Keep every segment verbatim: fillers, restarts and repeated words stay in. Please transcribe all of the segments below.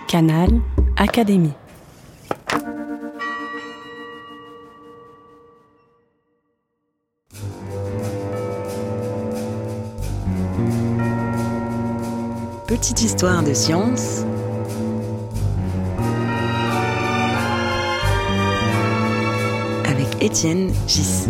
Canal Académie. Petite histoire de science avec Étienne Gis.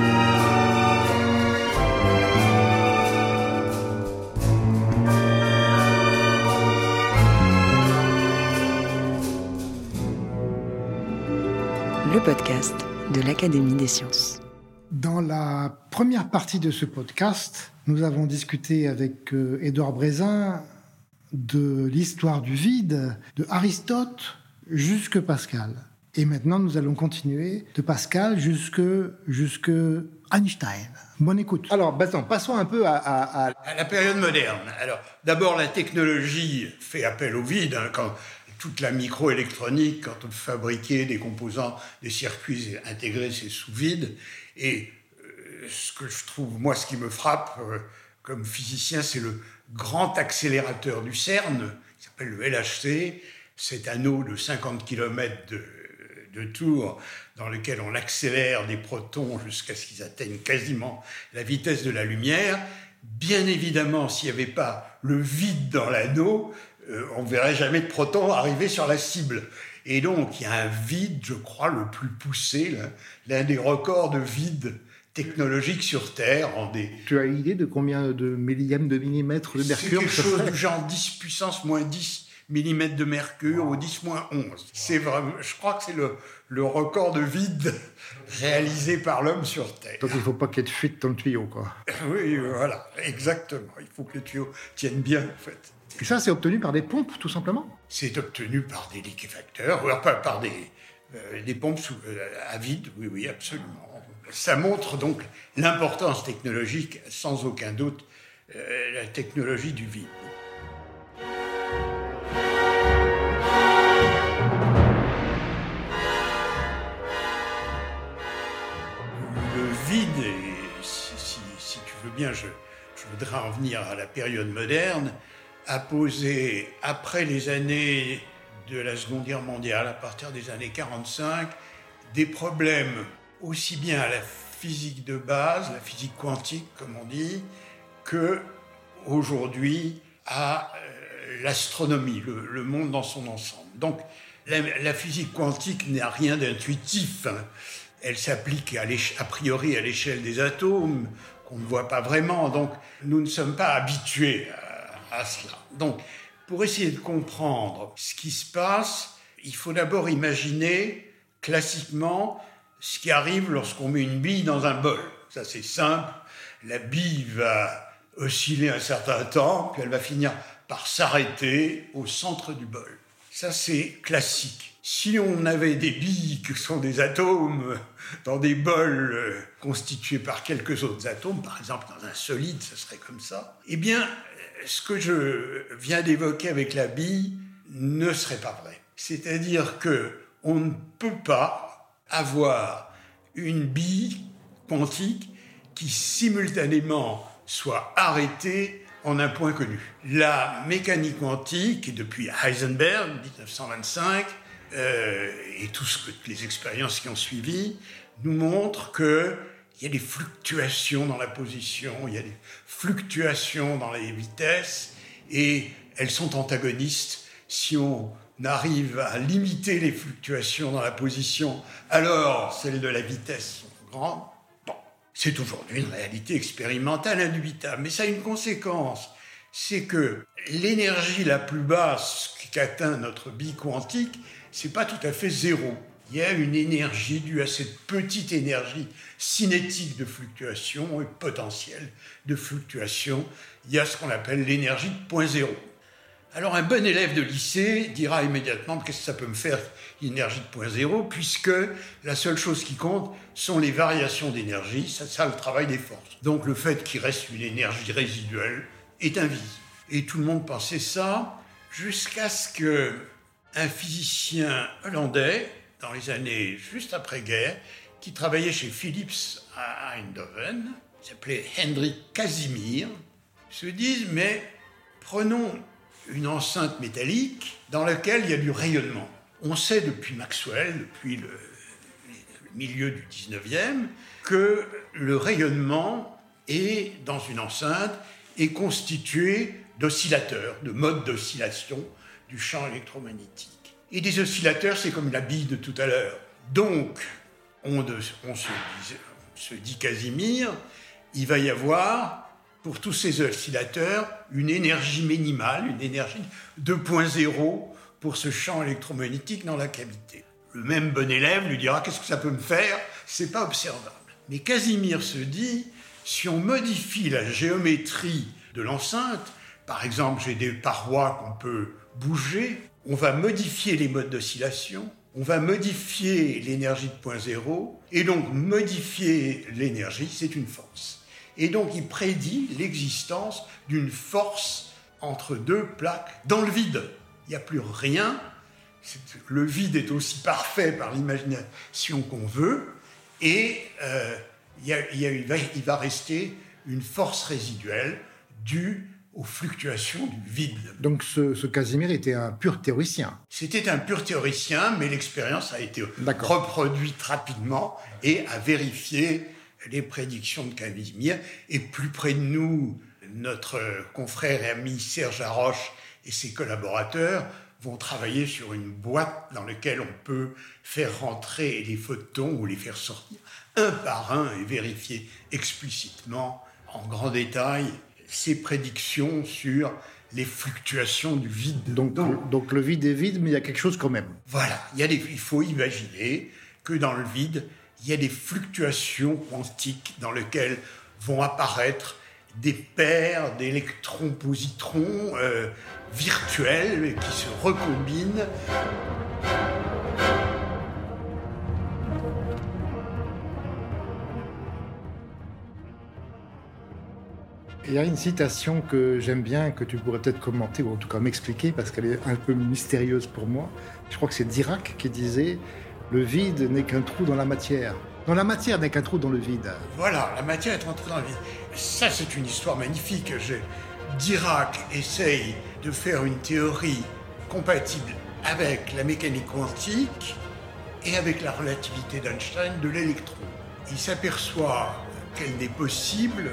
Le podcast de l'Académie des sciences. Dans la première partie de ce podcast, nous avons discuté avec euh, Édouard Brézin de l'histoire du vide, de Aristote jusque Pascal. Et maintenant, nous allons continuer de Pascal jusque, jusque Einstein. Bonne écoute. Alors, Bastien, passons un peu à, à, à... à la période moderne. Alors, d'abord, la technologie fait appel au vide. Hein, quand toute la microélectronique, quand on fabriquait des composants, des circuits intégrés, c'est sous vide. Et euh, ce que je trouve, moi, ce qui me frappe euh, comme physicien, c'est le grand accélérateur du CERN, qui s'appelle le L H C, cet anneau de cinquante kilomètres de, de tour, dans lequel on accélère des protons jusqu'à ce qu'ils atteignent quasiment la vitesse de la lumière. Bien évidemment, s'il n'y avait pas le vide dans l'anneau, euh, on ne verrait jamais de protons arriver sur la cible. Et donc, il y a un vide, je crois, le plus poussé, là, l'un des records de vide technologique sur Terre. En des... Tu as une idée de combien de millièmes de millimètres de mercure? C'est quelque chose du genre dix puissance moins dix millimètres de mercure wow. Ou dix moins onze. C'est vraiment, je crois que c'est le, le record de vide réalisé par l'homme sur Terre. Donc il ne faut pas qu'il y ait de fuite dans le tuyau, quoi. Oui, voilà, exactement. Il faut que les tuyaux tiennent bien, en fait. Et ça, c'est obtenu par des pompes, tout simplement? C'est obtenu par des liquéfacteurs, ou par, par des, euh, des pompes sous, euh, à vide, oui, oui, absolument. Ça montre donc l'importance technologique, sans aucun doute, euh, la technologie du vide. Le vide, et si, si, si tu veux bien, je, je voudrais en venir à la période moderne, a posé, après les années de la Seconde Guerre mondiale, à partir des années quarante-cinq, des problèmes aussi bien à la physique de base, la physique quantique, comme on dit, que aujourd'hui à euh, l'astronomie, le, le monde dans son ensemble. Donc, la, la physique quantique n'a rien d'intuitif. Hein. Elle s'applique à a priori à l'échelle des atomes, qu'on ne voit pas vraiment. Donc, nous ne sommes pas habitués à, à cela. Donc, pour essayer de comprendre ce qui se passe, il faut d'abord imaginer, classiquement, ce qui arrive lorsqu'on met une bille dans un bol. Ça, c'est simple. La bille va osciller un certain temps, puis elle va finir par s'arrêter au centre du bol. Ça, c'est classique. Si on avait des billes qui sont des atomes dans des bols constitués par quelques autres atomes, par exemple dans un solide, ça serait comme ça, eh bien, ce que je viens d'évoquer avec la bille ne serait pas vrai. C'est-à-dire qu'on ne peut pas avoir une bille quantique qui simultanément soit arrêtée en un point connu. La mécanique quantique, depuis Heisenberg, dix-neuf cent vingt-cinq, euh, et toutes les expériences qui ont suivi, nous montrent qu'il y a des fluctuations dans la position, il y a des fluctuations dans les vitesses, et elles sont antagonistes. Si on arrive à limiter les fluctuations dans la position, alors celles de la vitesse sont grandes. Bon, c'est aujourd'hui une réalité expérimentale indubitable, mais ça a une conséquence, c'est que l'énergie la plus basse qu'atteint notre bille quantique, c'est pas tout à fait zéro. Il y a une énergie due à cette petite énergie cinétique de fluctuation et potentielle de fluctuation. Il y a ce qu'on appelle l'énergie de point zéro. Alors un bon élève de lycée dira immédiatement « qu'est-ce que ça peut me faire, l'énergie de point zéro ?» puisque la seule chose qui compte sont les variations d'énergie, c'est ça le travail des forces. Donc le fait qu'il reste une énergie résiduelle est invisible. Et tout le monde pensait ça jusqu'à ce qu'un physicien hollandais, dans les années juste après-guerre, qui travaillait chez Philips à Eindhoven, s'appelait Hendrik Casimir, se dise « mais prenons une enceinte métallique dans laquelle il y a du rayonnement. On sait depuis Maxwell, depuis le, le milieu du dix-neuvième, que le rayonnement est, dans une enceinte, est constitué d'oscillateurs, de modes d'oscillation du champ électromagnétique. Et des oscillateurs, c'est comme la bille de tout à l'heure. Donc, on, de, on, se, dit, on se dit Casimir, il va y avoir, pour tous ces oscillateurs, une énergie minimale, une énergie deux point zéro pour ce champ électromagnétique dans la cavité. Le même bon élève lui dira « Qu'est-ce que ça peut me faire ?» C'est pas observable. Mais Casimir se dit, si on modifie la géométrie de l'enceinte, par exemple, j'ai des parois qu'on peut bouger, on va modifier les modes d'oscillation, on va modifier l'énergie de point zéro, et donc modifier l'énergie, c'est une force. Et donc il prédit l'existence d'une force entre deux plaques dans le vide. Il n'y a plus rien, le vide est aussi parfait par l'imagination qu'on veut, et euh, il, y a, il, y a, il, va, il va rester une force résiduelle due aux fluctuations du vide. Donc ce, ce Casimir était un pur théoricien. C'était un pur théoricien, mais l'expérience a été D'accord. reproduite rapidement et a vérifié les prédictions de Casimir. Et plus près de nous, notre confrère et ami Serge Haroche et ses collaborateurs vont travailler sur une boîte dans laquelle on peut faire rentrer les photons ou les faire sortir un par un et vérifier explicitement, en grand détail, ces prédictions sur les fluctuations du vide. Donc, donc, donc le vide est vide, mais il y a quelque chose quand même. Voilà, il, y a des, il faut imaginer que dans le vide, il y a des fluctuations quantiques dans lesquelles vont apparaître des paires d'électrons-positrons euh, virtuels qui se recombinent. Il y a une citation que j'aime bien, que tu pourrais peut-être commenter, ou en tout cas m'expliquer, parce qu'elle est un peu mystérieuse pour moi. Je crois que c'est Dirac qui disait « Le vide n'est qu'un trou dans la matière ». Non, la matière n'est qu'un trou dans le vide. Voilà, la matière est un trou dans le vide. Ça, c'est une histoire magnifique. Je... Dirac essaye de faire une théorie compatible avec la mécanique quantique et avec la relativité d'Einstein de l'électron. Il s'aperçoit qu'elle n'est possible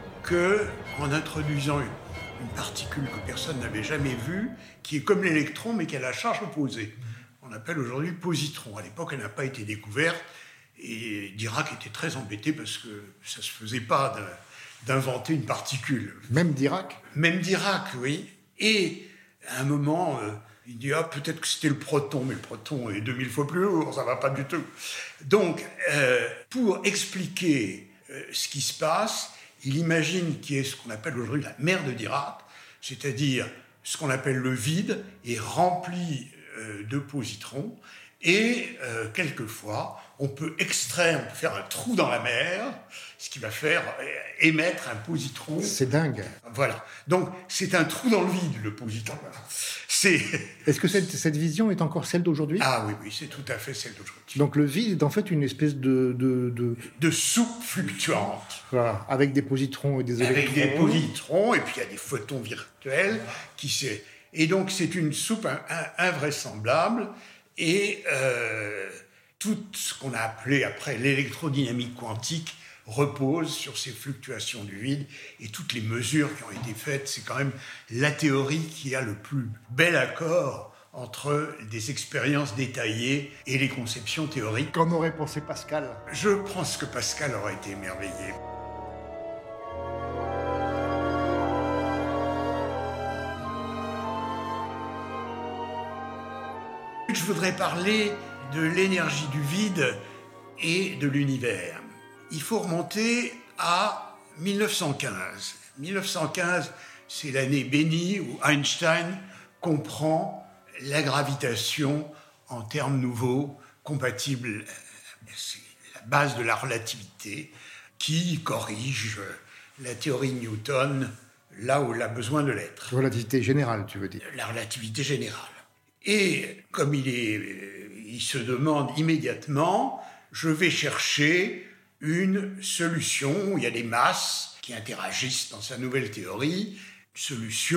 qu'en introduisant une, une particule que personne n'avait jamais vue, qui est comme l'électron, mais qui a la charge opposée. On appelle aujourd'hui le positron. À l'époque, elle n'a pas été découverte, et Dirac était très embêté parce que ça ne se faisait pas d'inventer une particule. Même Dirac ? Même Dirac, oui. Et à un moment, euh, il dit « Ah, peut-être que c'était le proton, mais le proton est deux mille fois plus lourd, ça ne va pas du tout. » Donc, euh, pour expliquer euh, ce qui se passe, il imagine qu'il y ait ce qu'on appelle aujourd'hui la mer de Dirac, c'est-à-dire ce qu'on appelle le vide est rempli euh, de positrons, et euh, quelquefois, on peut extraire, on peut faire un trou dans la mer, ce qui va faire émettre un positron. C'est dingue. Voilà. Donc, c'est un trou dans le vide, le positron. C'est... Est-ce que cette, cette vision est encore celle d'aujourd'hui ? Ah oui, oui, c'est tout à fait celle d'aujourd'hui. Donc le vide est en fait une espèce de... De, de... de soupe fluctuante. Voilà, avec des positrons et des électrons. Avec des positrons, et puis il y a des photons virtuels. qui s'est... Et donc, c'est une soupe in- in- invraisemblable. Et euh, tout ce qu'on a appelé après l'électrodynamique quantique repose sur ces fluctuations du vide, et toutes les mesures qui ont été faites, c'est quand même la théorie qui a le plus bel accord entre des expériences détaillées et les conceptions théoriques. Qu'en aurait pensé Pascal ? Je pense que Pascal aurait été émerveillé. Je voudrais parler de l'énergie du vide et de l'univers. Il faut remonter à mille neuf cent quinze. mille neuf cent quinze, c'est l'année bénie où Einstein comprend la gravitation en termes nouveaux, compatibles, c'est la base de la relativité, qui corrige la théorie de Newton là où elle a besoin de l'être. Relativité générale, tu veux dire ? La relativité générale. Et comme il, est, il se demande immédiatement, je vais chercher une solution où il y a des masses qui interagissent dans sa nouvelle théorie, une solution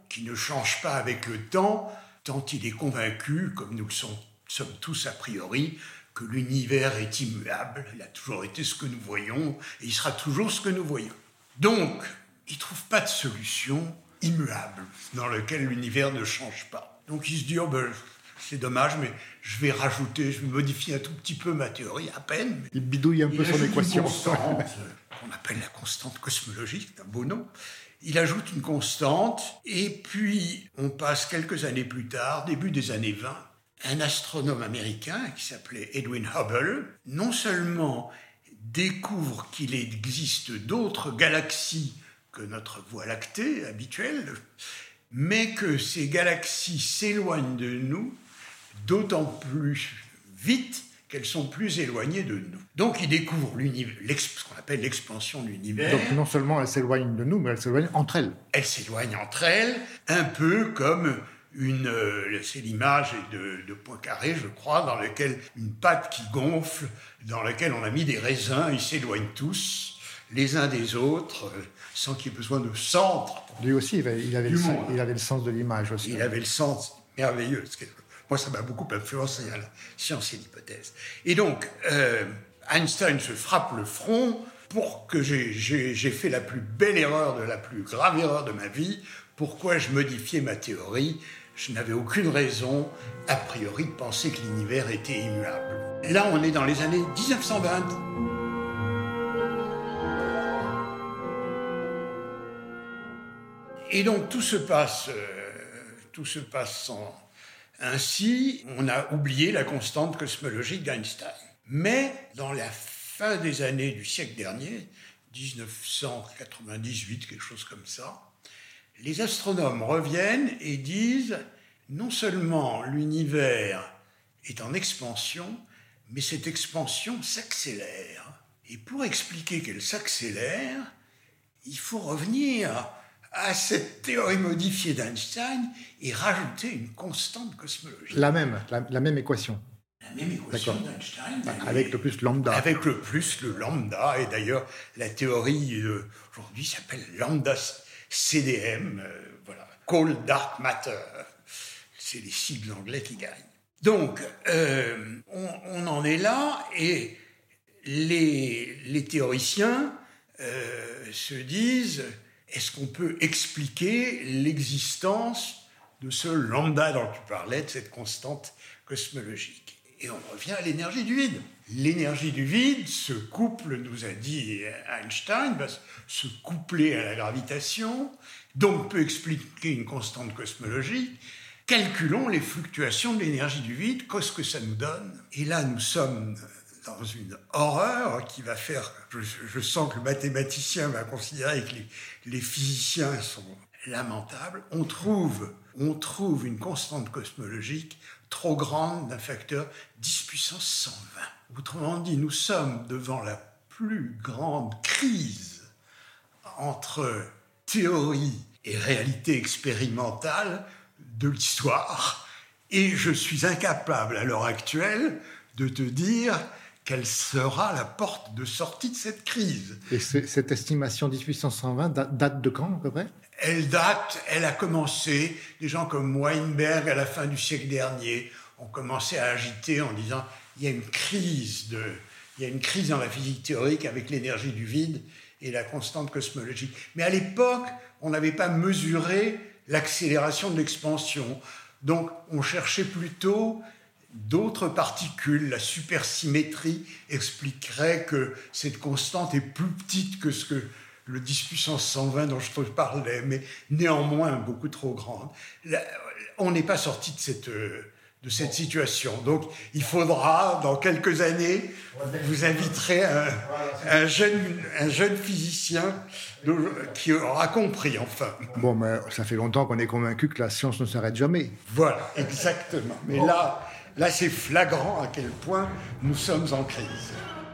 qui ne change pas avec le temps, tant il est convaincu, comme nous le sommes, sommes tous a priori, que l'univers est immuable, il a toujours été ce que nous voyons, et il sera toujours ce que nous voyons. Donc, il ne trouve pas de solution immuable dans laquelle l'univers ne change pas. Donc il se dit, oh ben, c'est dommage, mais je vais rajouter, je vais modifier un tout petit peu ma théorie, à peine. Il bidouille un Il peu son équation. Une constante, qu'on appelle la constante cosmologique, c'est un beau nom. Il ajoute une constante, et puis on passe quelques années plus tard, début des années vingt, un astronome américain qui s'appelait Edwin Hubble, non seulement découvre qu'il existe d'autres galaxies que notre Voie lactée habituelle, mais que ces galaxies s'éloignent de nous d'autant plus vite qu'elles sont plus éloignées de nous. Donc il découvre ce qu'on appelle l'expansion de l'univers. Donc non seulement elles s'éloignent de nous, mais elles s'éloignent entre elles. Elles s'éloignent entre elles, un peu comme une... Euh, c'est l'image de, de Poincaré, je crois, dans laquelle une pâte qui gonfle, dans laquelle on a mis des raisins, ils s'éloignent tous, les uns des autres, euh, sans qu'il y ait besoin de centre. Lui aussi, il avait, il avait, le, sens, il avait le sens de l'image aussi. Il avait le sens merveilleux. Parce que moi, ça m'a beaucoup influencé à la science et l'hypothèse. Et donc, euh, Einstein se frappe le front pour que j'ai, j'ai, j'ai fait la plus belle erreur, de la plus grave erreur de ma vie. Pourquoi je modifiais ma théorie? Je n'avais aucune raison, a priori, de penser que l'univers était immuable. Là, on est dans les années dix-neuf cent vingt. Et donc tout se passe, euh, tout se passe sans... ainsi. On a oublié la constante cosmologique d'Einstein. Mais dans la fin des années du siècle dernier, dix-neuf cent quatre-vingt-dix-huit, quelque chose comme ça, les astronomes reviennent et disent non seulement l'univers est en expansion, mais cette expansion s'accélère. Et pour expliquer qu'elle s'accélère, il faut revenir à cette théorie modifiée d'Einstein et rajouter une constante cosmologique. La même, la, la même équation. La même équation d'Einstein. Avec le plus lambda. Avec le plus, le lambda. Et d'ailleurs, la théorie euh, aujourd'hui s'appelle lambda C D M. Euh, voilà. Cold Dark Matter. C'est les sigles anglais qui gagnent. Donc, euh, on, on en est là et les, les théoriciens euh, se disent... Est-ce qu'on peut expliquer l'existence de ce lambda dont tu parlais, de cette constante cosmologique? Et on revient à l'énergie du vide. L'énergie du vide se couple, nous a dit Einstein, va se coupler à la gravitation, donc peut expliquer une constante cosmologique. Calculons les fluctuations de l'énergie du vide, qu'est-ce que ça nous donne? Et là, nous sommes dans une horreur qui va faire... Je, je sens que le mathématicien va considérer que les, les physiciens sont lamentables. On trouve, on trouve une constante cosmologique trop grande d'un facteur dix puissance cent vingt. Autrement dit, nous sommes devant la plus grande crise entre théorie et réalité expérimentale de l'histoire. Et je suis incapable, à l'heure actuelle, de te dire... quelle sera la porte de sortie de cette crise. Et cette estimation dix puissance cent vingt date de quand, à peu près? Elle date, elle a commencé, des gens comme Weinberg, à la fin du siècle dernier, ont commencé à agiter en disant il y a une crise, de, il y a une crise dans la physique théorique avec l'énergie du vide et la constante cosmologique. Mais à l'époque, on n'avait pas mesuré l'accélération de l'expansion. Donc, on cherchait plutôt... d'autres particules. La supersymétrie expliquerait que cette constante est plus petite que ce que le dix puissance cent vingt dont je te parlais, mais néanmoins beaucoup trop grande. Là, on n'est pas sorti de cette, de cette situation. Donc, il faudra, dans quelques années, vous inviterez un, un, jeune, un jeune physicien qui aura compris, enfin. Bon, mais ça fait longtemps qu'on est convaincu que la science ne s'arrête jamais. Voilà, exactement. Mais là... Là, c'est flagrant à quel point nous sommes en crise.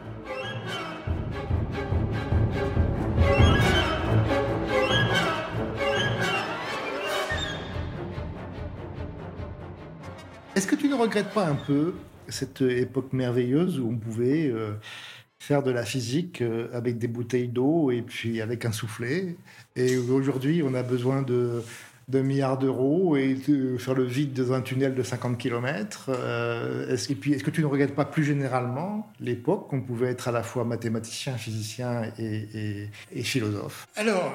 Est-ce que tu ne regrettes pas un peu cette époque merveilleuse où on pouvait euh, faire de la physique euh, avec des bouteilles d'eau et puis avec un soufflet, et aujourd'hui on a besoin de, d'un milliard d'euros et de faire le vide dans un tunnel de cinquante kilomètres. Euh, est-ce, et puis, est-ce que tu ne regrettes pas plus généralement l'époque qu'on pouvait être à la fois mathématicien, physicien et, et, et philosophe? Alors,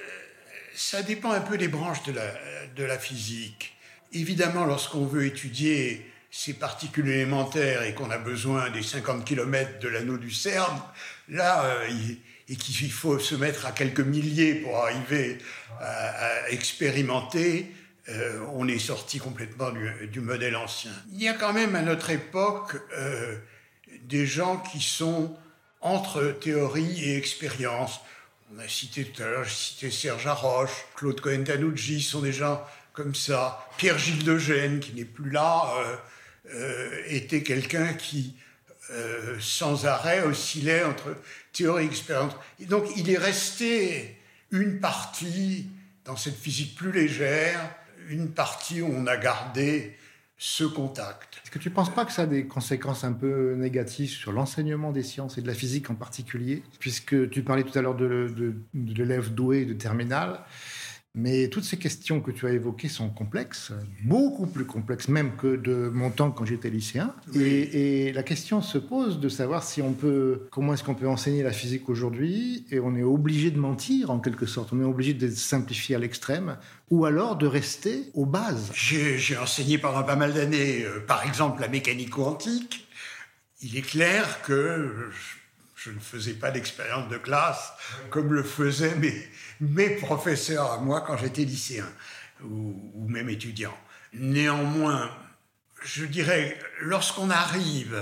ça dépend un peu des branches de la, de la physique. Évidemment, lorsqu'on veut étudier ces particules élémentaires et qu'on a besoin des cinquante kilomètres de l'anneau du CERN, là, euh, il, et qu'il faut se mettre à quelques milliers pour arriver à, à expérimenter, euh, on est sorti complètement du, du modèle ancien. Il y a quand même à notre époque euh, des gens qui sont entre théorie et expérience. On a cité tout à l'heure, j'ai cité Serge Haroche, Claude Cohen-Tanucci, sont des gens comme ça. Pierre-Gilles de Gênes, qui n'est plus là, euh, euh, était quelqu'un qui, euh, sans arrêt, oscillait entre théorie et expérience. Et donc, il est resté une partie, dans cette physique plus légère, une partie où on a gardé ce contact. Est-ce que tu ne penses pas que ça a des conséquences un peu négatives sur l'enseignement des sciences et de la physique en particulier? Puisque tu parlais tout à l'heure de, de, de l'élève doué de terminale, mais toutes ces questions que tu as évoquées sont complexes, beaucoup plus complexes même que de mon temps quand j'étais lycéen. Oui. Et, et la question se pose de savoir si on peut, comment est-ce qu'on peut enseigner la physique aujourd'hui, et on est obligé de mentir en quelque sorte, on est obligé de simplifier à l'extrême, ou alors de rester aux bases. J'ai, j'ai enseigné pendant pas mal d'années, euh, par exemple, la mécanique quantique. Il est clair que je, je ne faisais pas d'expérience de classe comme le faisaient mes, mes professeurs à moi quand j'étais lycéen ou, ou même étudiant. Néanmoins, je dirais, lorsqu'on arrive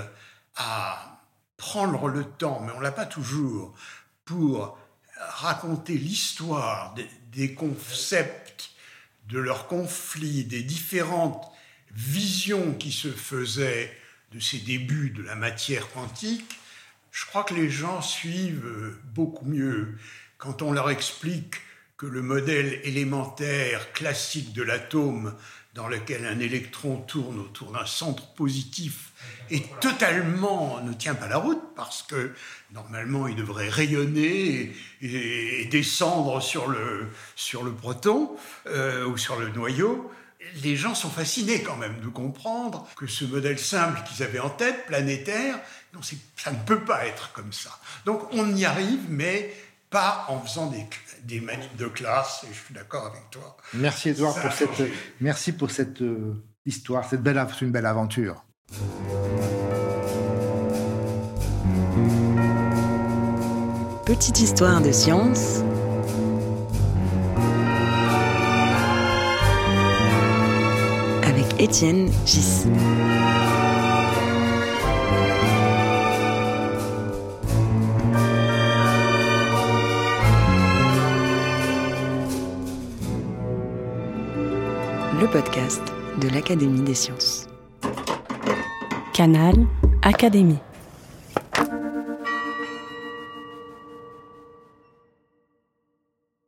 à prendre le temps, mais on ne l'a pas toujours, pour raconter l'histoire des, des concepts, de leurs conflits, des différentes visions qui se faisaient de ces débuts de la matière quantique, je crois que les gens suivent beaucoup mieux quand on leur explique que le modèle élémentaire classique de l'atome, dans lequel un électron tourne autour d'un centre positif, est totalement, ne tient pas la route, parce que normalement il devrait rayonner et, et, et descendre sur le, sur le proton euh, ou sur le noyau. Les gens sont fascinés quand même de comprendre que ce modèle simple qu'ils avaient en tête, planétaire, non, c'est, ça ne peut pas être comme ça. Donc on y arrive, mais pas en faisant des, des manips de classe, et je suis d'accord avec toi. Merci Édouard pour cette, merci pour cette euh, histoire, cette belle, c'est une belle aventure. Petite histoire de science avec Étienne Gis. Le podcast de l'Académie des sciences. Canal Académie.